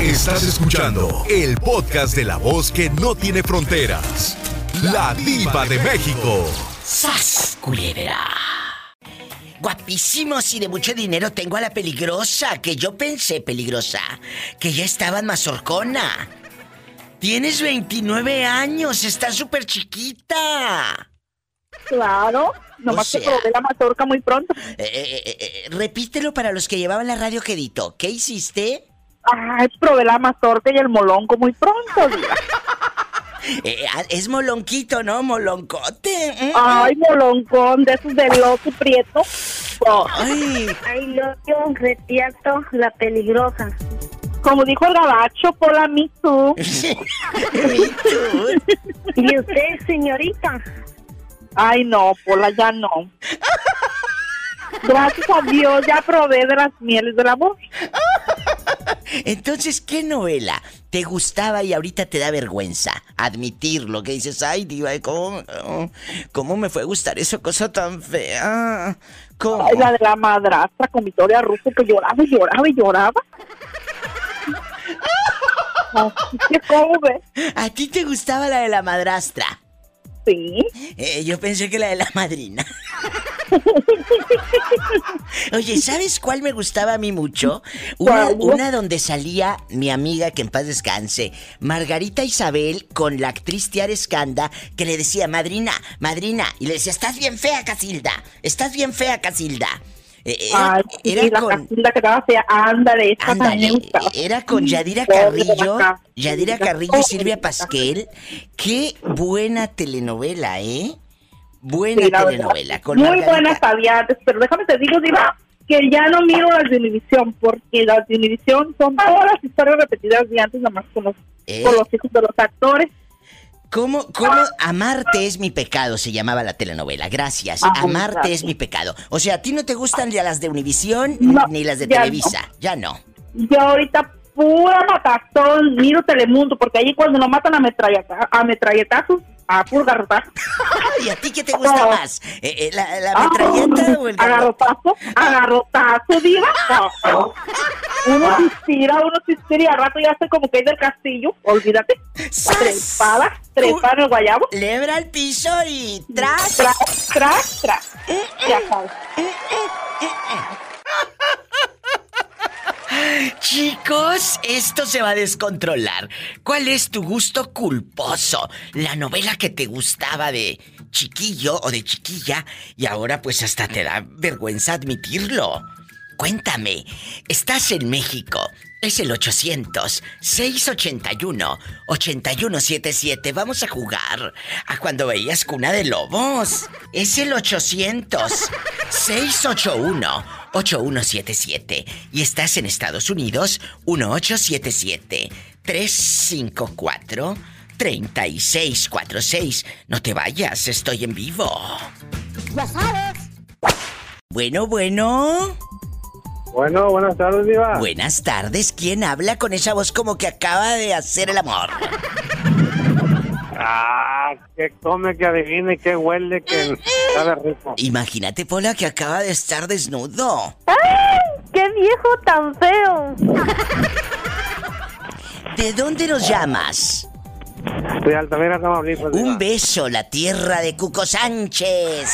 Estás escuchando el podcast de la voz que no tiene fronteras. La Diva de México. ¡Sas, culebra! Guapísimos y de mucho dinero tengo a la peligrosa, que yo pensé, peligrosa, que ya estaba en mazorcona. Tienes 29 años, estás súper chiquita. Claro, nomás que probé la mazorca muy pronto. Repítelo para los que llevaban la radio quedito. ¿Qué hiciste? Ay, probé la mazorca y el molonco muy pronto, Diva. Es molonquito, ¿no? Moloncote. Ay, moloncón, de esos de loco prieto. Oh. Ay, yo retierto la peligrosa. Como dijo el gabacho, Pola Me Too. Me too. ¿Y usted, señorita? Ay, no, Pola, ya no. Gracias a Dios ya probé de las mieles del amor. Entonces, ¿qué novela te gustaba y ahorita te da vergüenza admitirlo? Que dices, ay, diva, ¿cómo me fue a gustar esa cosa tan fea? ¿Cómo? Ay, la de la madrastra con Victoria Russo, que lloraba y lloraba y lloraba. ¿Cómo ves? ¿A ti te gustaba la de la madrastra? Sí. Yo pensé que la de la madrina. Oye, ¿sabes cuál me gustaba a mí mucho? Una donde salía mi amiga, que en paz descanse, Margarita Isabel, con la actriz Tiara Escanda, que le decía, madrina, madrina, y le decía, estás bien fea, Casilda, estás bien fea, Casilda. Era con Casilda, que estaba fea, ándale, era con Yadira Carrillo, Yadira Carrillo y Silvia Pasquel. Qué buena telenovela, Buena telenovela. Con muy Margarita. buenas había antes, pero déjame te digo, Diva, que ya no miro las de Univisión, porque las de Univisión son todas las historias repetidas de antes, nada más con los hijos de los actores. ¿Cómo? Amarte es mi pecado, se llamaba la telenovela. Gracias. Amarte es mi pecado. O sea, ¿a ti no te gustan ya las de Univisión ni las de Televisa? No. Ya no. Yo ahorita pura matazón, miro Telemundo, porque ahí cuando nos matan a metralletazos, a puro garrotazo. ¿Y a ti qué te gusta más? ¿La metralleta o el garrotazo? Agarrotazo, Diva. Uno se inspira y al rato ya hace como que es del castillo, olvídate. Trepada en el guayabo. Lebra al piso y tras. Tras. Ya sabes. Chicos, esto se va a descontrolar. ¿Cuál es tu gusto culposo? La novela que te gustaba de chiquillo o de chiquilla y ahora pues hasta te da vergüenza admitirlo. Cuéntame, estás en México. Es el 800-681-8177. Vamos a jugar a cuando veías Cuna de Lobos. Es el 800-681-8177. Y estás en Estados Unidos, 1877-354-3646. No te vayas, estoy en vivo. Ya sabes. Bueno. Bueno, buenas tardes, Diva. Buenas tardes. ¿Quién habla con esa voz como que acaba de hacer el amor? Que come, que adivine, que huele, que sabe rico. Imagínate, Pola, que acaba de estar desnudo. ¡Ay! ¡Qué viejo tan feo! ¿De dónde nos llamas? De Altamira, Tamaulipas. Un beso, la tierra de Cuco Sánchez.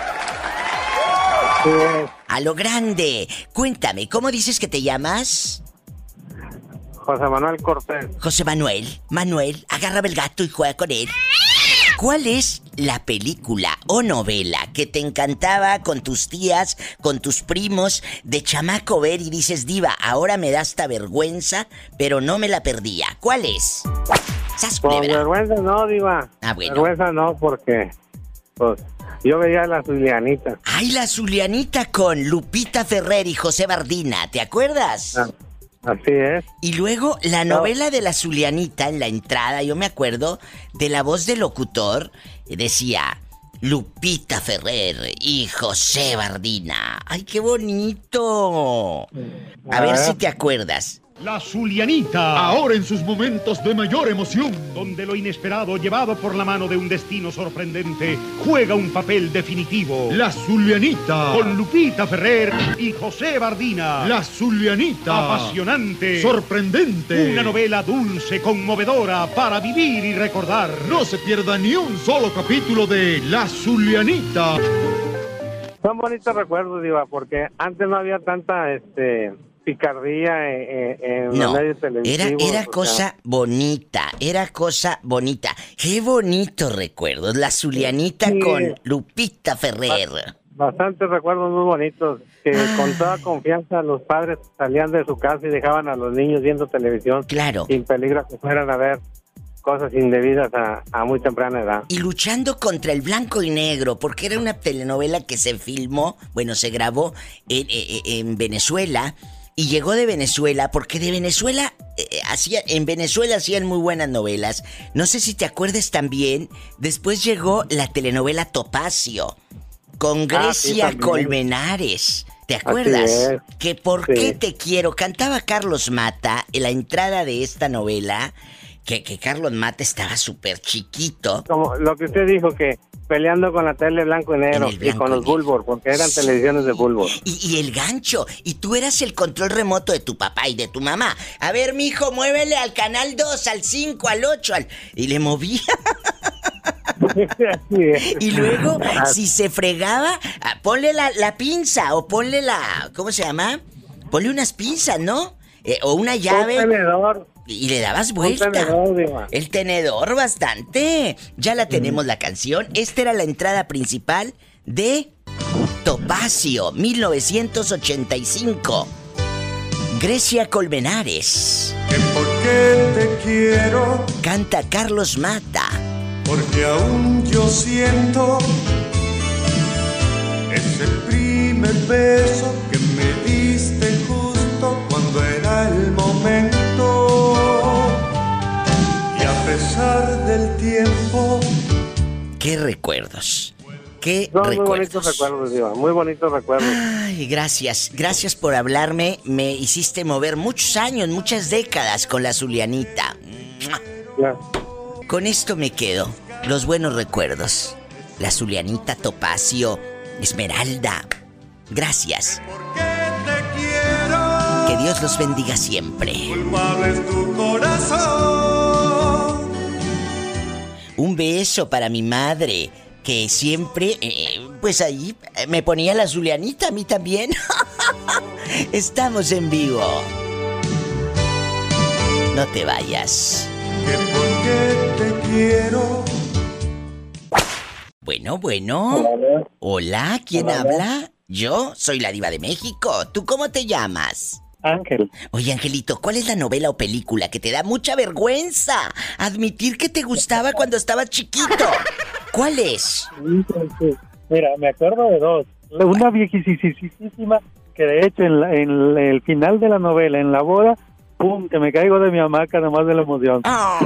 Sí. A lo grande. Cuéntame, ¿cómo dices que te llamas? José Manuel Cortés. José Manuel. Manuel, agárrame el gato y juega con él. ¿Cuál es la película o novela que te encantaba con tus tías, con tus primos, de chamaco ver y dices, Diva, ahora me da esta vergüenza, pero no me la perdía? ¿Cuál es? ¡Sas, Con culebra! vergüenza no, Diva. Bueno. Vergüenza no, porque pues yo veía a la Zulianita. ¡Ay, la Zulianita con Lupita Ferrer y José Bardina! ¿Te acuerdas? Así es. Y luego la novela de la Zulianita, en la entrada, yo me acuerdo de la voz del locutor, decía Lupita Ferrer y José Bardina. ¡Ay, qué bonito! A ver si te acuerdas. La Zulianita. Ahora en sus momentos de mayor emoción. Donde lo inesperado, llevado por la mano de un destino sorprendente, juega un papel definitivo. La Zulianita. Con Lupita Ferrer y José Bardina. La Zulianita. Apasionante. Sorprendente. Una novela dulce, conmovedora, para vivir y recordar. No se pierda ni un solo capítulo de La Zulianita. Son bonitos recuerdos, Diva, porque antes no había tanta picardía en los medios televisivos. Era cosa bonita, era cosa bonita. Qué bonitos recuerdos, La Zulianita sí. Con Lupita Ferrer. Bastantes recuerdos muy bonitos, que con toda confianza los padres salían de su casa y dejaban a los niños viendo televisión. Claro. Sin peligro que fueran a ver cosas indebidas a muy temprana edad. Y luchando contra el blanco y negro, porque era una telenovela que se filmó, se grabó en Venezuela, y llegó de Venezuela, porque de Venezuela, en Venezuela hacían muy buenas novelas. No sé si te acuerdas también, después llegó la telenovela Topacio, con Grecia Colmenares. ¿Te acuerdas? Que ¿Por qué te quiero? Cantaba Carlos Mata en la entrada de esta novela. Que Carlos Mata estaba súper chiquito. Como lo que usted dijo, que peleando con la tele blanco y negro y con los Bulbor, porque eran televisiones de Bulbor. Y el gancho, y tú eras el control remoto de tu papá y de tu mamá. A ver, mijo, muévele al canal 2, al 5, al 8, y le movía. Y luego, si se fregaba, ponle la pinza, o ponle ¿cómo se llama? Ponle unas pinzas, ¿no? O una llave. Un tenedor. Y le dabas vuelta. El tenedor, bastante. Ya la tenemos la canción. Esta era la entrada principal de Topacio, 1985. Grecia Colmenares. ¿Que por qué te quiero? Canta Carlos Mata. Porque aún yo siento ese primer beso que me diste justo cuando era el momento. Y a pesar del tiempo. ¡Qué recuerdos! ¡Qué recuerdos! Muy bonitos recuerdos, Diva. Muy bonitos recuerdos. Ay, gracias. Gracias por hablarme. Me hiciste mover muchos años, muchas décadas con la Zulianita. Ya. Con esto me quedo. Los buenos recuerdos. La Zulianita, Topacio, Esmeralda. Gracias. Que Dios los bendiga siempre. Culpable es tu corazón. Un beso para mi madre, que siempre, pues ahí me ponía la Zulianita, a mí también. Estamos en vivo. No te vayas. Que porque te quiero. Bueno. Hola, ¿quién habla? Yo soy la Diva de México. ¿Tú cómo te llamas? Ángel. Oye, Angelito, ¿cuál es la novela o película que te da mucha vergüenza admitir que te gustaba cuando estabas chiquito? ¿Cuál es? Mira, me acuerdo de dos. Una viejísima que de hecho en el final de la novela, en la boda, ¡pum!, que me caigo de mi hamaca nomás de la emoción. Oh.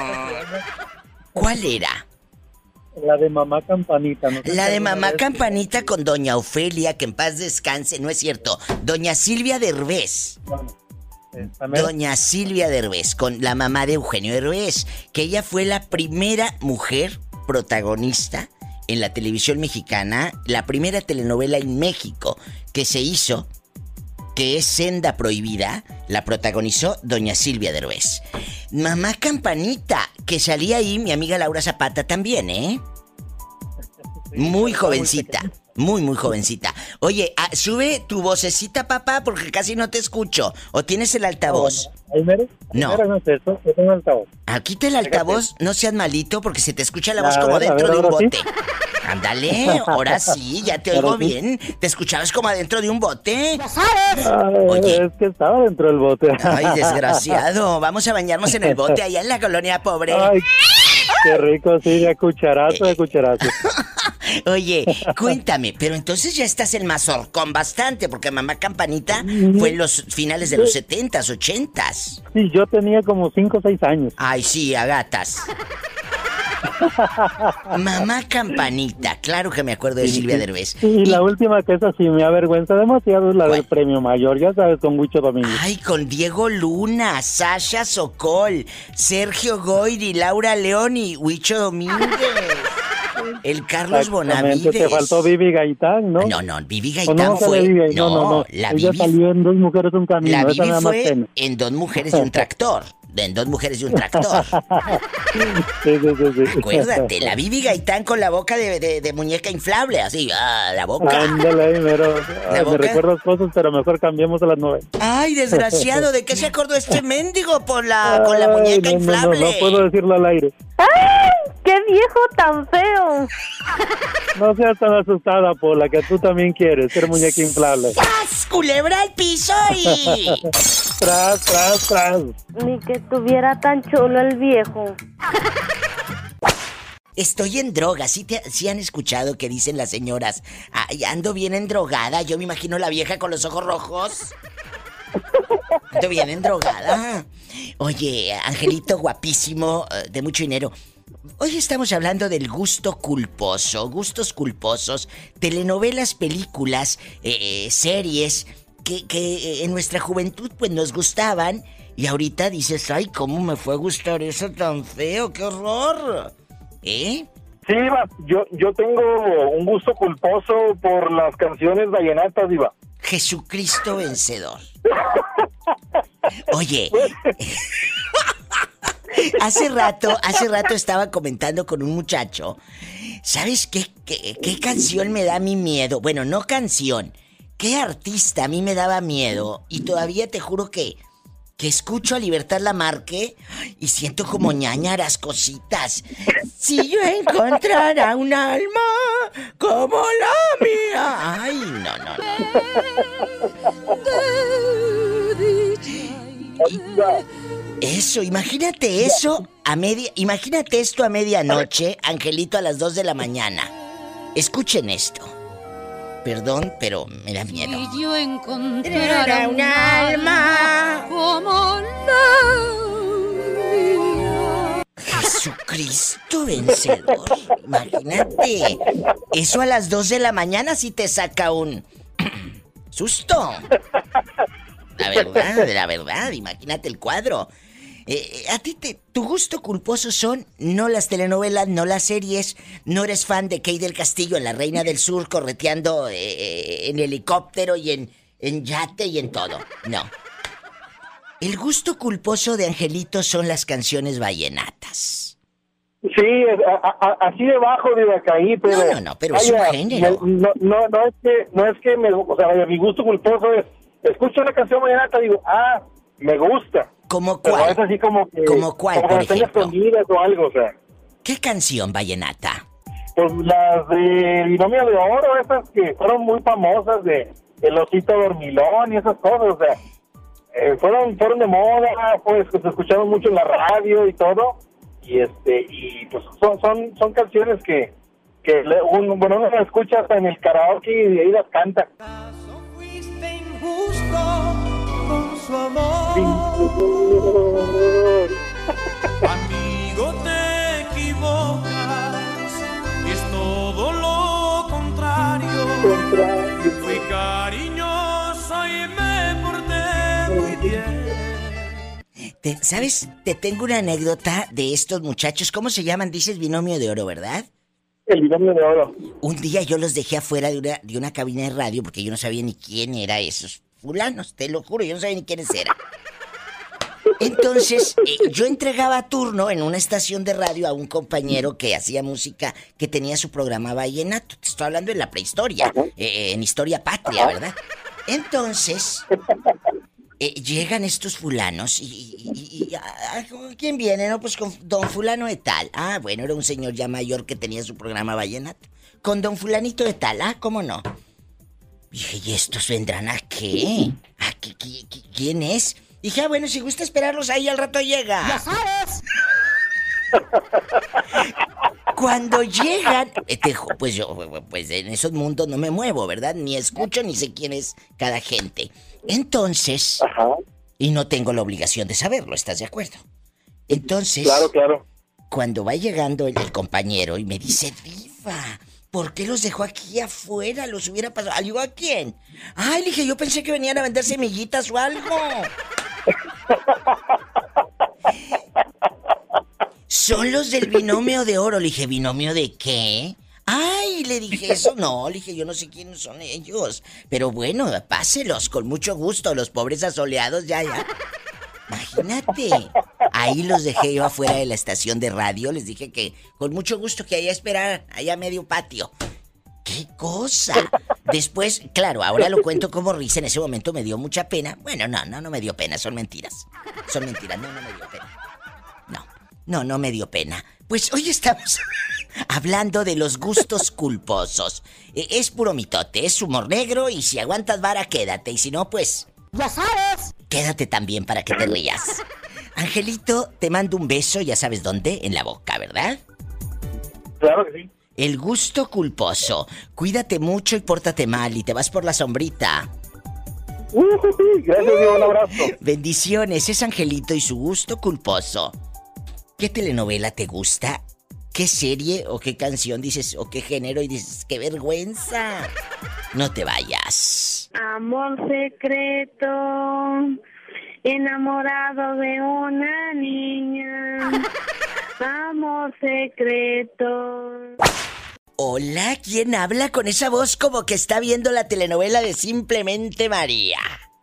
¿Cuál era? La de Mamá Campanita. No sé, la de Mamá Campanita con doña Ofelia, que en paz descanse, no es cierto. Doña Silvia Derbez. Doña Silvia Derbez, con la mamá de Eugenio Derbez, que ella fue la primera mujer protagonista en la televisión mexicana, la primera telenovela en México que se hizo, que es Senda Prohibida, la protagonizó doña Silvia Derbez. Mamá Campanita, que salía ahí mi amiga Laura Zapata también, ¿eh? Muy jovencita, muy jovencita. Oye, sube tu vocecita, papá, porque casi no te escucho. ¿O tienes el altavoz? No. No es eso, yo tengo el altavoz. Quita el altavoz, no seas malito, porque se te escucha la voz como dentro de un bote. ¿Sí? Ándale, ahora sí, ya te oigo bien. ¿Te escuchabas como adentro de un bote? ¡Ya sabes! Oye, es que estaba dentro del bote. Ay, desgraciado. Vamos a bañarnos en el bote allá en la colonia pobre. Ay, qué rico, sí, de cucharazo. Oye, cuéntame, pero entonces ya estás en Mazorcón bastante, porque Mamá Campanita fue en los finales de los 70s, 80s. Sí, yo tenía como 5 o 6 años. Ay, sí, a gatas. Mamá Campanita, claro que me acuerdo de Silvia Derbez. Y la última que esa sí me avergüenza demasiado es la del premio mayor, ya sabes, con Huicho Domínguez. Ay, con Diego Luna, Sasha Sokol, Sergio Goyri, Laura León y Huicho Domínguez. El Carlos Bonavides. Te faltó Vivi Gaitán, ¿no? No, Vivi Gaitán fue... No. La Ella Vivi... salió en Dos Mujeres un Camino. La Vivi fue en Dos Mujeres y un Tractor. En Dos Mujeres y un Tractor. Sí. Acuérdate, la Vivi Gaitán con la boca de muñeca inflable, así, la boca. Ándale ahí, mero. Me recuerdas cosas, pero mejor cambiemos a las 9. Ay, desgraciado, ¿de qué se acordó este mendigo con la muñeca inflable? No puedo decirlo al aire. ¡Ay! ¡Qué viejo tan feo! No seas tan asustada, Pola, que tú también quieres ser muñeca inflable. ¡Sas! ¡Culebra al piso y... Tras! Ni que estuviera tan chulo el viejo. Estoy en droga, ¿sí han escuchado que dicen las señoras? Ay, ando bien endrogada, yo me imagino la vieja con los ojos rojos. Ando bien endrogada. Oye, Angelito guapísimo, de mucho dinero. Hoy estamos hablando del gusto culposo, gustos culposos, telenovelas, películas, series que en nuestra juventud pues nos gustaban y ahorita dices, ay, ¿cómo me fue a gustar eso tan feo? ¡Qué horror! ¿Eh? Sí, Diva, yo tengo un gusto culposo por las canciones vallenatas, Diva. Jesucristo vencedor. Oye, hace rato estaba comentando con un muchacho. ¿Sabes qué canción me da mi miedo? Bueno, no canción. ¿Qué artista a mí me daba miedo? Y todavía te juro que escucho a Libertad Lamarque y siento como ñañaras cositas. Si yo encontrara un alma como la mía. Ay, no. Eso, imagínate eso imagínate esto a medianoche, Angelito, a las 2 de la mañana. Escuchen esto. Perdón, pero me da miedo. Si yo encontrara un alma como la mía. Jesucristo vencedor. Imagínate. Eso a las 2 de la mañana sí te saca un susto. La verdad, imagínate el cuadro. A ti tu gusto culposo son no las telenovelas, no las series, no eres fan de Kay del Castillo en La Reina del Sur correteando en helicóptero y en yate y en todo. No. El gusto culposo de Angelito son las canciones vallenatas. Sí, así debajo de la caí, pero... No, pero es un género. No es que me... O sea, mi gusto culposo es... Escucho una canción vallenata y digo, me gusta. ¿Cómo cuál? Pero es así como que... ¿Cómo cuál, como por ejemplo? Escondidas o algo, o sea. ¿Qué canción vallenata? Pues las de Binomio de Oro, esas que fueron muy famosas, de El Osito Dormilón y esas cosas, o sea. Fueron de moda, pues se escucharon mucho en la radio y todo. Y pues son canciones que uno las escucha hasta en el karaoke y ahí las canta. Fuiste injusto con su amor. Amigo, te equivocas. Es todo lo contrario. Fui cariñoso y me porté muy bien. ¿Sabes? Te tengo una anécdota de estos muchachos. ¿Cómo se llaman? Dices Binomio de Oro, ¿verdad? El Binomio de Oro. Un día yo los dejé afuera de una cabina de radio porque yo no sabía ni quién era esos fulanos, te lo juro, yo no sabía ni quiénes eran. Entonces, yo entregaba turno en una estación de radio a un compañero que hacía música, que tenía su programa vallenato. Te estoy hablando en la prehistoria, en Historia Patria, ¿verdad? Entonces, llegan estos fulanos y ¿quién viene? No, pues con don fulano de tal. Ah, bueno, era un señor ya mayor que tenía su programa vallenato. Con don fulanito de tal, ¿cómo no? Dije, ¿y estos vendrán a qué? ¿Quién es? Dije, bueno, si gusta esperarlos ahí, al rato llega. ¡Ya sabes! Cuando llegan, pues yo, pues en esos mundos no me muevo, ¿verdad? Ni escucho ni sé quién es cada gente. Entonces, y no tengo la obligación de saberlo, ¿estás de acuerdo? Entonces, claro. cuando va llegando el compañero y me dice, Diva, ¿por qué los dejó aquí afuera? Los hubiera pasado. ¿Ayudó a quién? Ay, le dije, yo pensé que venían a vender semillitas o algo. Son los del binomio de oro. Le dije, ¿binomio de qué? Ay, le dije, eso no. Le dije, yo no sé quiénes son ellos. Pero bueno, páselos con mucho gusto. Los pobres asoleados, ya. Imagínate. Ahí los dejé yo afuera de la estación de radio. Les dije que con mucho gusto que allá esperar, allá medio patio. ¡Qué cosa! Después, claro, ahora lo cuento como risa. En ese momento me dio mucha pena. Bueno, no me dio pena. Son mentiras. Son mentiras. No me dio pena. No me dio pena. Pues hoy estamos hablando de los gustos culposos. Es puro mitote, es humor negro y si aguantas vara, quédate. Y si no, pues... ¡Ya sabes! Quédate también para que te rías. Angelito, te mando un beso, ya sabes dónde, en la boca, ¿verdad? Claro que sí. El gusto culposo. Cuídate mucho y pórtate mal y te vas por la sombrita. Gracias, Dios, un abrazo. Bendiciones, es Angelito y su gusto culposo. ¿Qué telenovela te gusta? ¿Qué serie o qué canción dices o qué género y dices qué vergüenza? No te vayas. Amor secreto, enamorado de una niña. Amor secreto. Hola, ¿quién habla con esa voz como que está viendo la telenovela de Simplemente María?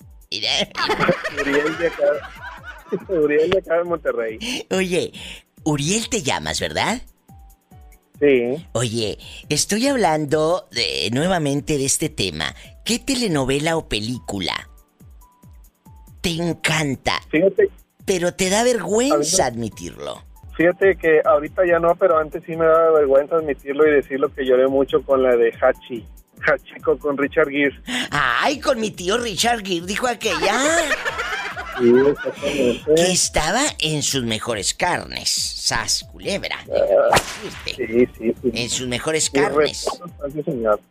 Uriel de acá de Monterrey. Oye, Uriel te llamas, ¿verdad? Sí. Oye, estoy hablando nuevamente de este tema. ¿Qué telenovela o película te encanta? Fíjate. Pero te da vergüenza admitirlo. Fíjate que ahorita ya no, pero antes sí me daba vergüenza admitirlo y decirlo que lloré mucho con la de Hachiko con Richard Gere. Ay, con mi tío Richard Gere, dijo aquella. Sí, exactamente. Que estaba en sus mejores carnes. Sas, culebra. Sí. En sus mejores carnes. Mis respetos para ese señor.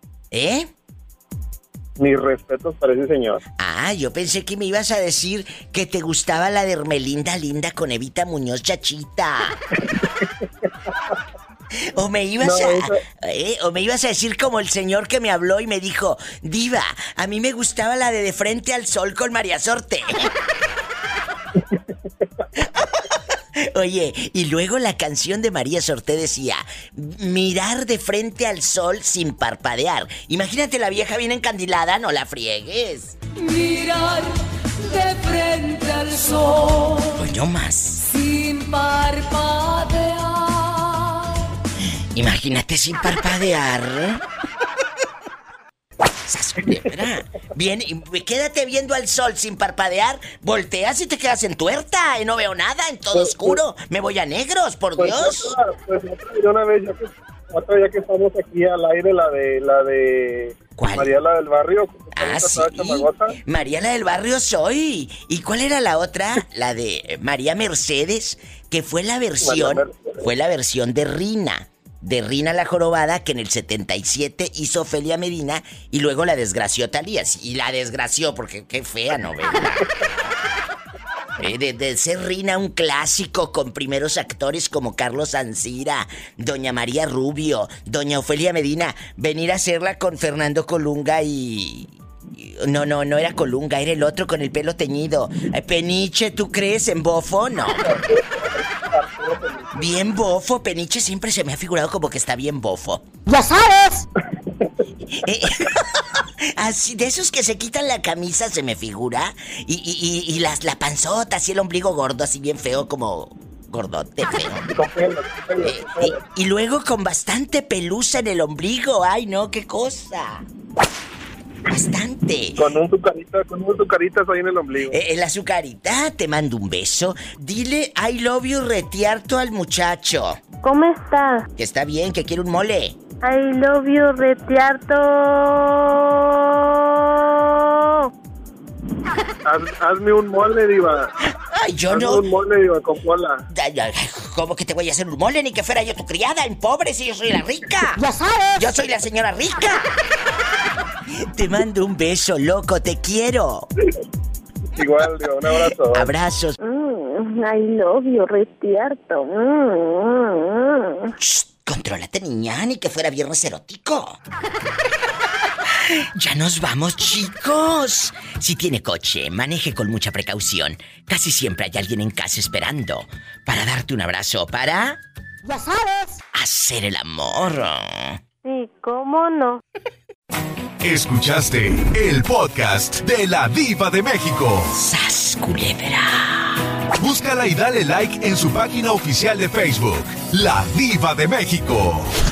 Mis respetos para ese señor. Ah, yo pensé que me ibas a decir que te gustaba la de Hermelinda Linda con Evita Muñoz Chachita. O me ibas a decir como el señor que me habló y me dijo, Diva, a mí me gustaba la de Frente al Sol con María Sorte. Oye, y luego la canción de María Sorte decía, mirar de frente al sol sin parpadear. Imagínate la vieja bien encandilada, no la friegues. Mirar de frente al sol. Pues no más. Sin parpadear. Imagínate sin parpadear. Bien, quédate viendo al sol sin parpadear. Volteas y te quedas entuerta. Y no veo nada, en todo oscuro. Me voy a negros, por Dios. Pues una vez, ya que estamos aquí al aire, la de ¿cuál? Mariela del Barrio. Sí. Mariela del Barrio soy. ¿Y cuál era la otra? La de María Mercedes, que fue la versión de Rina. De Rina la Jorobada, que en el 77 hizo Ofelia Medina y luego la desgració Talías. Y la desgració porque qué fea novela. De ser Rina un clásico con primeros actores como Carlos Ancira, Doña María Rubio, Doña Ofelia Medina, venir a hacerla con Fernando Colunga y... No era Colunga, era el otro con el pelo teñido. Peniche, ¿tú crees en bofo? No. Bien bofo, Peniche siempre se me ha figurado como que está bien bofo. ¡Ya sabes! Así, de esos que se quitan la camisa se me figura. Y la panzota, así el ombligo gordo, así bien feo como... gordote feo. Y luego con bastante pelusa en el ombligo. Ay, no, qué cosa. Bastante. Con un azucaritas ahí en el ombligo. El azucarita, te mando un beso. Dile I love you retiarto al muchacho. ¿Cómo está? Que está bien, que quiere un mole. I love you retiarto. Hazme un mole, Diva. Ay, yo hazme no. Un mole, Diva, con cola. ¿Cómo que te voy a hacer un mole? Ni que fuera yo tu criada, en pobre, si yo soy la rica. ¡Ya sabes! Yo soy la señora rica. Te mando un beso, loco, te quiero. Igual, Diva, un abrazo. Abrazos. I love you, retierto. Shh, contrólate, niña, ni que fuera viernes erótico. Ya nos vamos, chicos. Si tiene coche, maneje con mucha precaución. Casi siempre hay alguien en casa esperando para darte un abrazo, para... Ya sabes. Hacer el amor. Sí, ¿cómo no? Escuchaste el podcast de La Diva de México. ¡Sas, culebra! Búscala y dale like en su página oficial de Facebook, La Diva de México.